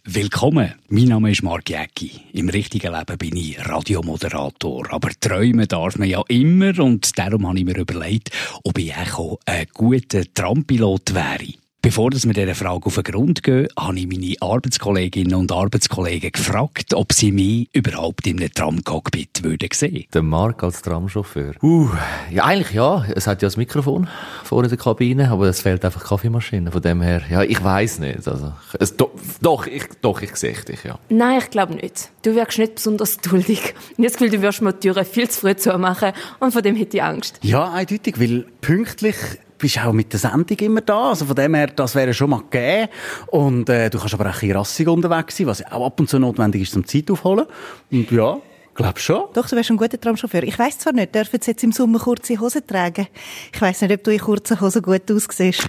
Willkommen, mein Name ist Marc Jäcki. Im richtigen Leben bin ich Radiomoderator. Aber träumen darf man ja immer und darum habe ich mir überlegt, ob ich auch ein guter Trampilot wäre. Bevor wir dieser Frage auf den Grund gehen, habe ich meine Arbeitskolleginnen und Arbeitskollegen gefragt, ob sie mich überhaupt in einem Tramcockpit sehen würden. Der Marc als Tramchauffeur? Ja, eigentlich ja. Es hat ja das Mikrofon vorne in der Kabine, aber es fehlt einfach Kaffeemaschine. Von dem her, ja, ich weiss nicht. Also, ich sehe dich, ja. Nein, ich glaube nicht. Du wirkst nicht besonders geduldig. Ich habe das Gefühl, du wirst mir die Türen viel zu früh zumachen und von dem hätte ich Angst. Ja, eindeutig, weil pünktlich bist auch mit der Sendung immer da. Also von dem her, das wäre schon mal gegeben. Und du kannst aber auch ein bisschen rassig unterwegs sein, was auch ab und zu notwendig ist, zum Zeit aufholen. Und ja, glaub schon. Doch, du wärst ein guter Tramchauffeur. Ich weiss zwar nicht, dürfen sie jetzt im Sommer kurze Hosen tragen? Ich weiss nicht, ob du in kurzen Hosen gut aussiehst.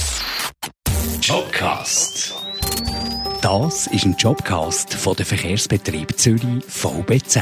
Jobcast. Das ist ein Jobcast von der Verkehrsbetrieb Zürich VBZ.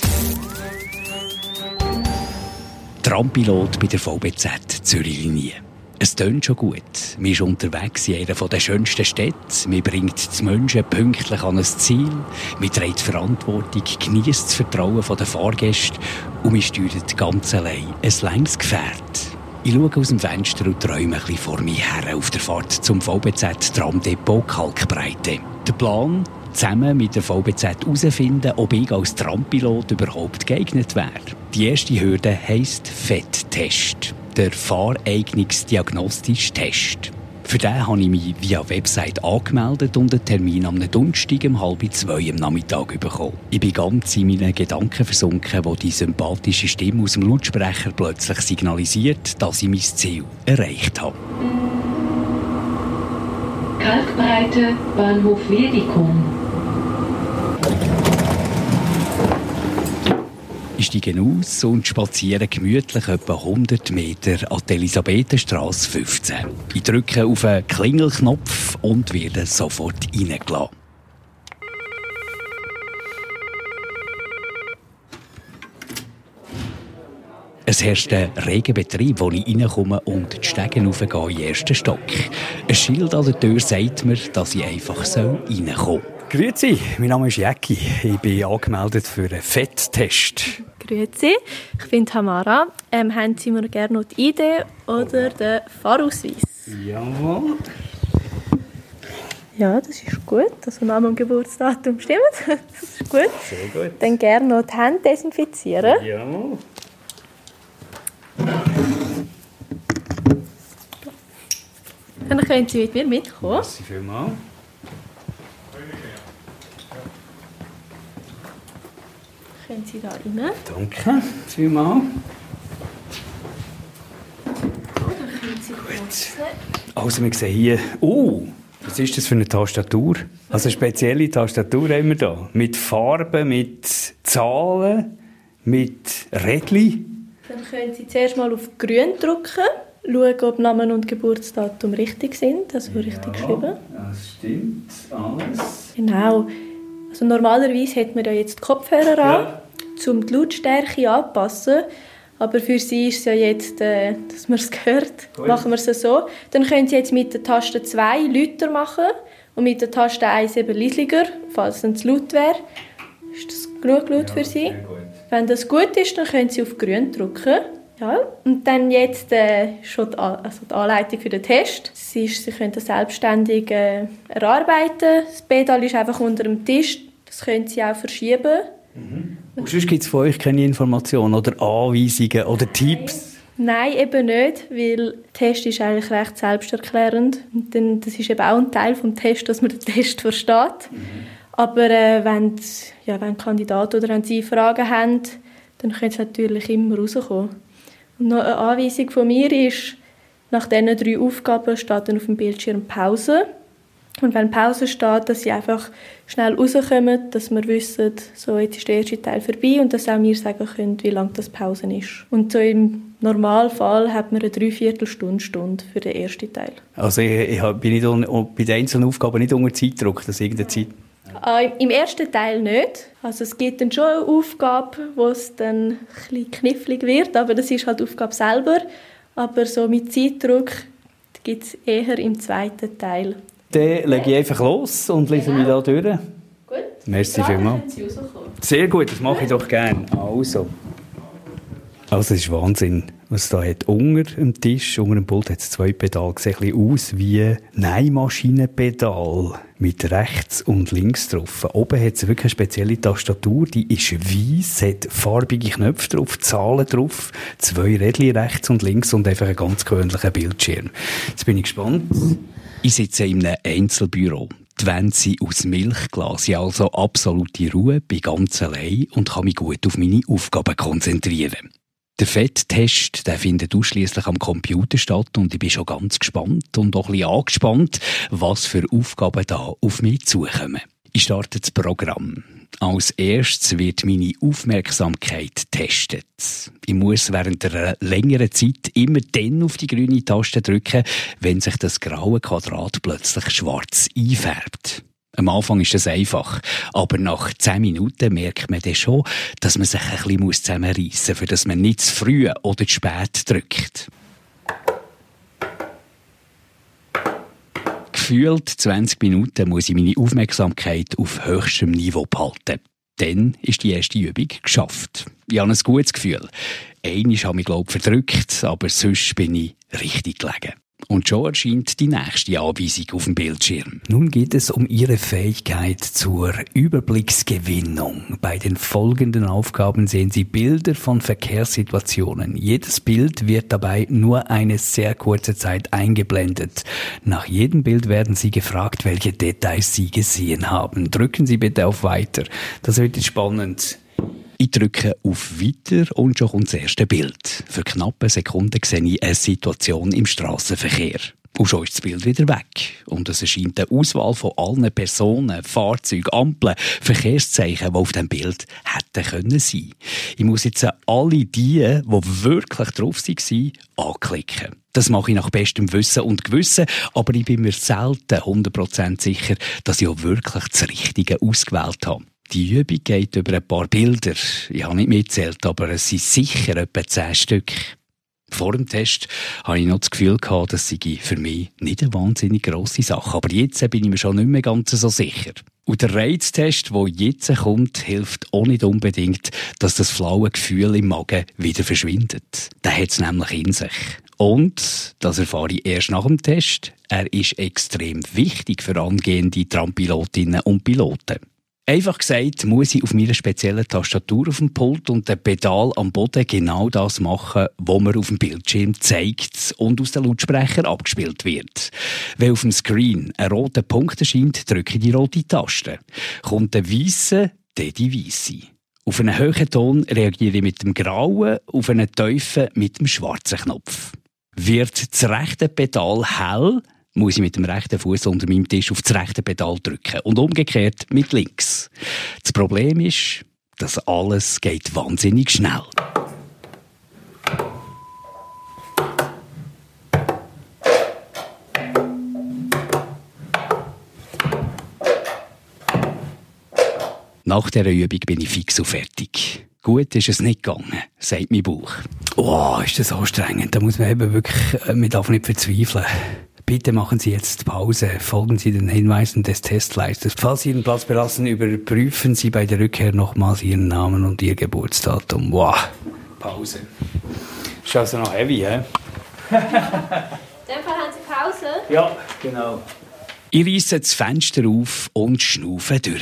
Trampilot bei der VBZ Zürich-Linie. Es tönt schon gut. Man ist unterwegs in einer der schönsten Städte. Man bringt die Menschen pünktlich an ein Ziel. Man trägt Verantwortung, genießt das Vertrauen der Fahrgäste und man steuert ganz allein ein langes Gefährt. Ich schaue aus dem Fenster und träume ein bisschen vor mir her auf der Fahrt zum VBZ-Tramdepot Kalkbreite. Der Plan? Zusammen mit der VBZ herausfinden, ob ich als Trampilot überhaupt geeignet wäre. Die erste Hürde heisst FET-Test, der Fahreignungsdiagnostische Test. Für den habe ich mich via Website angemeldet und einen Termin am Donnerstag um 1:30 am Nachmittag bekommen. Ich bin ganz in meinen Gedanken versunken, wo die sympathische Stimme aus dem Lautsprecher plötzlich signalisiert, dass ich mein Ziel erreicht habe. Kalkbreite, Bahnhof Wedicum. Ich steige aus und spaziere gemütlich etwa 100 Meter an die Elisabethenstrasse 15. Ich drücke auf einen Klingelknopf und werde sofort reingelassen. Es herrscht ein reger Betrieb, wo ich reinkomme und die Stege raufgehe in den ersten Stock. Ein Schild an der Tür sagt mir, dass ich einfach reinkommen soll. Grüezi, mein Name ist Jäcki. Ich bin angemeldet für einen FET-Test. Grüezi, ich bin Tamara. Haben Sie mir gerne noch die ID oder den Fahrausweis? Jawohl. Ja, das ist gut. Also Name und Geburtsdatum stimmt. Das ist gut. Sehr gut. Dann gerne noch die Hände desinfizieren. Jawohl. Dann können Sie mit mir mitkommen. Merci vielmals. Können Sie da rein? Danke vielmals. Gut. Also wir sehen hier... was ist das für eine Tastatur? Also eine spezielle Tastatur haben wir da. Mit Farben, mit Zahlen, mit Rädchen. Dann können Sie zuerst mal auf Grün drücken. Schauen, ob Name und Geburtsdatum richtig sind, also richtig geschrieben. Das stimmt alles. Genau. Also normalerweise hat man ja jetzt die Kopfhörer an, um die Lautstärke anzupassen. Aber für Sie ist es ja jetzt, dass man es hört, machen wir es so. Dann können Sie jetzt mit der Taste 2 lauter machen und mit der Taste 1 eben leisiger, falls es zu laut wäre. Ist das genug laut für Sie? Wenn das gut ist, dann können Sie auf Grün drücken. Ja, und dann jetzt schon die Anleitung für den Test. Sie können das selbstständig erarbeiten. Das Pedal ist einfach unter dem Tisch. Das können Sie auch verschieben. Und sonst gibt es von euch keine Informationen oder Anweisungen oder Tipps? Nein, eben nicht, weil der Test ist eigentlich recht selbsterklärend. Und dann, das ist eben auch ein Teil des Tests, dass man den Test versteht. Aber wenn Kandidaten oder wenn Sie Fragen haben, dann können Sie natürlich immer rauskommen. Und noch eine Anweisung von mir ist, nach diesen 3 Aufgaben steht dann auf dem Bildschirm Pause. Und wenn Pause steht, dass Sie einfach schnell rauskommen, dass wir wissen, so jetzt ist der erste Teil vorbei und dass auch wir sagen können, wie lange das Pause ist. Und so im Normalfall hat man eine 3/4 Stunde für den ersten Teil. Also ich bin nicht bei den einzelnen Aufgaben nicht unter Zeitdruck, dass irgendeine Zeit... Im ersten Teil nicht. Also es gibt dann schon eine Aufgabe, wo es dann ein bisschen knifflig wird, aber das ist halt die Aufgabe selber. Aber so mit Zeitdruck gibt es eher im zweiten Teil. Dann lege ich einfach los und lese mich da durch. Gut. Merci vielmals. Sehr gut, das mache ich doch gerne. Also es ist Wahnsinn, was es da hat. Unter dem Tisch, unter dem Pult hat es 2 Pedale. Sieht ein bisschen aus wie Nähmaschinenpedal mit rechts und links drauf. Oben hat es wirklich eine spezielle Tastatur, die ist weiss, hat farbige Knöpfe drauf, Zahlen drauf, 2 Rädchen rechts und links und einfach einen ganz gewöhnlichen Bildschirm. Jetzt bin ich gespannt. Ich sitze in einem Einzelbüro. Die Wände sind aus Milchglas. Ich habe also absolute Ruhe, bin ganz allein und kann mich gut auf meine Aufgaben konzentrieren. Der Fetttest, der findet ausschliesslich am Computer statt und ich bin schon ganz gespannt und auch ein bisschen angespannt, was für Aufgaben da auf mich zukommen. Ich starte das Programm. Als erstes wird meine Aufmerksamkeit getestet. Ich muss während einer längeren Zeit immer dann auf die grüne Taste drücken, wenn sich das graue Quadrat plötzlich schwarz einfärbt. Am Anfang ist das einfach, aber nach 10 Minuten merkt man dann schon, dass man sich ein bisschen zusammenreissen muss, für dass man nicht zu früh oder zu spät drückt. Gefühlt 20 Minuten muss ich meine Aufmerksamkeit auf höchstem Niveau behalten. Dann ist die erste Übung geschafft. Ich habe ein gutes Gefühl. Einmal habe ich, glaube ich, verdrückt, aber sonst bin ich richtig gelegen. Und schon erscheint die nächste Anweisung auf dem Bildschirm. Nun geht es um Ihre Fähigkeit zur Überblicksgewinnung. Bei den folgenden Aufgaben sehen Sie Bilder von Verkehrssituationen. Jedes Bild wird dabei nur eine sehr kurze Zeit eingeblendet. Nach jedem Bild werden Sie gefragt, welche Details Sie gesehen haben. Drücken Sie bitte auf Weiter. Das wird jetzt spannend. Ich drücke auf Weiter und schon kommt das erste Bild. Für knappe Sekunden sehe ich eine Situation im Strassenverkehr. Und schon ist das Bild wieder weg. Und es erscheint eine Auswahl von allen Personen, Fahrzeugen, Ampeln, Verkehrszeichen, die auf dem Bild hätten können sein. Ich muss jetzt alle die wirklich drauf waren, anklicken. Das mache ich nach bestem Wissen und Gewissen, aber ich bin mir selten 100% sicher, dass ich auch wirklich das Richtige ausgewählt habe. Die Übung geht über ein paar Bilder. Ich habe nicht mitgezählt, aber es sind sicher etwa 10 Stück. Vor dem Test hatte ich noch das Gefühl gehabt, das sei für mich nicht eine wahnsinnig grosse Sache. Aber jetzt bin ich mir schon nicht mehr ganz so sicher. Und der Reiztest, der jetzt kommt, hilft auch nicht unbedingt, dass das flaue Gefühl im Magen wieder verschwindet. Der hat es nämlich in sich. Und, das erfahre ich erst nach dem Test, er ist extrem wichtig für angehende Trampilotinnen und Piloten. Einfach gesagt, muss ich auf meiner speziellen Tastatur auf dem Pult und dem Pedal am Boden genau das machen, was mir auf dem Bildschirm zeigt und aus den Lautsprechern abgespielt wird. Wenn auf dem Screen ein roter Punkt erscheint, drücke ich die rote Taste. Kommt ein weisser, dann die weisse. Auf einen hohen Ton reagiere ich mit dem grauen, auf einen tiefen mit dem schwarzen Knopf. Wird das rechte Pedal hell, muss ich mit dem rechten Fuß unter meinem Tisch auf das rechte Pedal drücken und umgekehrt mit links. Das Problem ist, dass alles geht wahnsinnig schnell. Nach dieser Übung bin ich fix und fertig. Gut ist es nicht gegangen, sagt mein Bauch. Oh, ist das anstrengend. Da muss man eben wirklich, man darf nicht verzweifeln. Bitte machen Sie jetzt Pause. Folgen Sie den Hinweisen des Testleisters. Falls Sie Ihren Platz belassen, überprüfen Sie bei der Rückkehr nochmals Ihren Namen und Ihr Geburtsdatum. Wow. Pause. Ist also noch heavy, hä? In dem Fall haben Sie Pause? Ja, genau. Ich reisse das Fenster auf und schnaufe durch.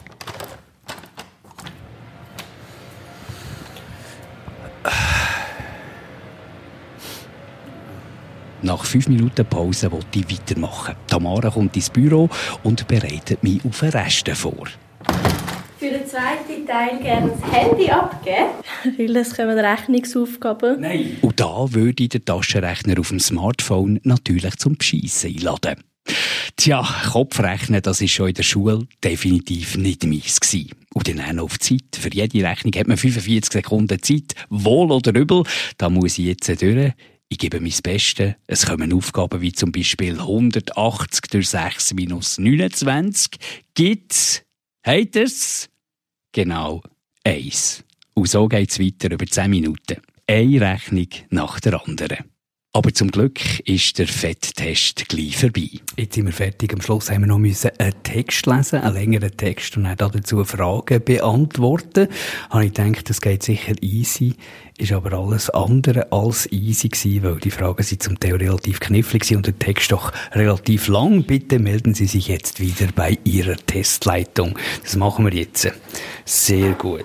Nach 5 Minuten Pause wollte ich weitermachen. Tamara kommt ins Büro und bereitet mich auf den Rest vor. Für den zweiten Teil gerne das Handy abgeben. Weil es kommen Rechnungsaufgaben. Nein. Und da würde ich den Taschenrechner auf dem Smartphone natürlich zum Beschissen einladen. Tja, Kopfrechnen, das war schon in der Schule definitiv nicht meins gewesen. Und dann auch noch auf Zeit. Für jede Rechnung hat man 45 Sekunden Zeit. Wohl oder übel, da muss ich jetzt durch. Ich gebe mein Bestes. Es kommen Aufgaben wie zum Beispiel 180 durch 6 minus 29 gibt, habt ihr's? Genau, 1. Und so geht's weiter über 10 Minuten. Eine Rechnung nach der anderen. Aber zum Glück ist der Fetttest gleich vorbei. Jetzt sind wir fertig. Am Schluss haben wir noch einen Text lesen, einen längeren Text, und dann dazu Fragen beantworten. Habe ich gedacht, das geht sicher easy. Ist aber alles andere als easy gewesen, weil die Fragen sind zum Teil relativ knifflig gewesen und der Text doch relativ lang. Bitte melden Sie sich jetzt wieder bei Ihrer Testleitung. Das machen wir jetzt. Sehr gut.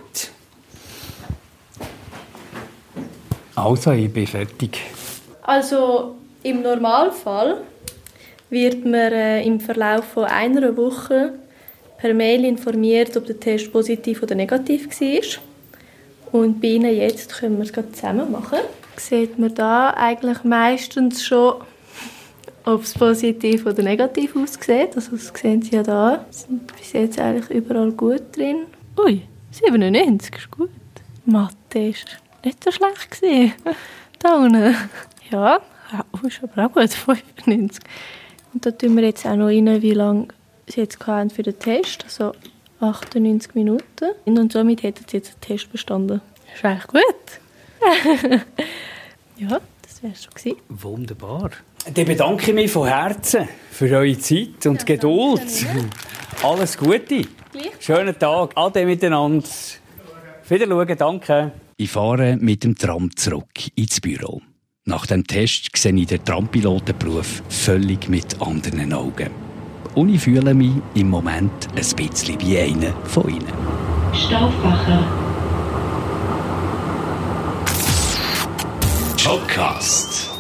Also, ich bin fertig. Also im Normalfall wird man im Verlauf von einer Woche per Mail informiert, ob der Test positiv oder negativ war. Und bei Ihnen jetzt können wir es gerade zusammen machen. Sieht man da eigentlich meistens schon, ob es positiv oder negativ aussieht. Also das sehen Sie ja da. Es sind bis jetzt eigentlich überall gut drin. Ui, 97 ist gut. Mathe ist nicht so schlecht gewesen. Da unten. Ja, ist aber auch gut, 95. Und da tun wir jetzt auch noch rein, wie lange Sie jetzt hatten für den Test. Also 98 Minuten. Und somit hätten Sie jetzt den Test bestanden. Das ist eigentlich gut. Ja, das wäre es schon gewesen. Wunderbar. Dann bedanke ich mich von Herzen für eure Zeit und Geduld. Alles Gute. Schönen Tag. Ade miteinander. Wiederschauen, danke. Ich fahre mit dem Tram zurück ins Büro. Nach dem Test sehe ich den Trampilotenberuf völlig mit anderen Augen. Und ich fühle mich im Moment ein bisschen wie einer von ihnen. Stauffacher. Jobcast.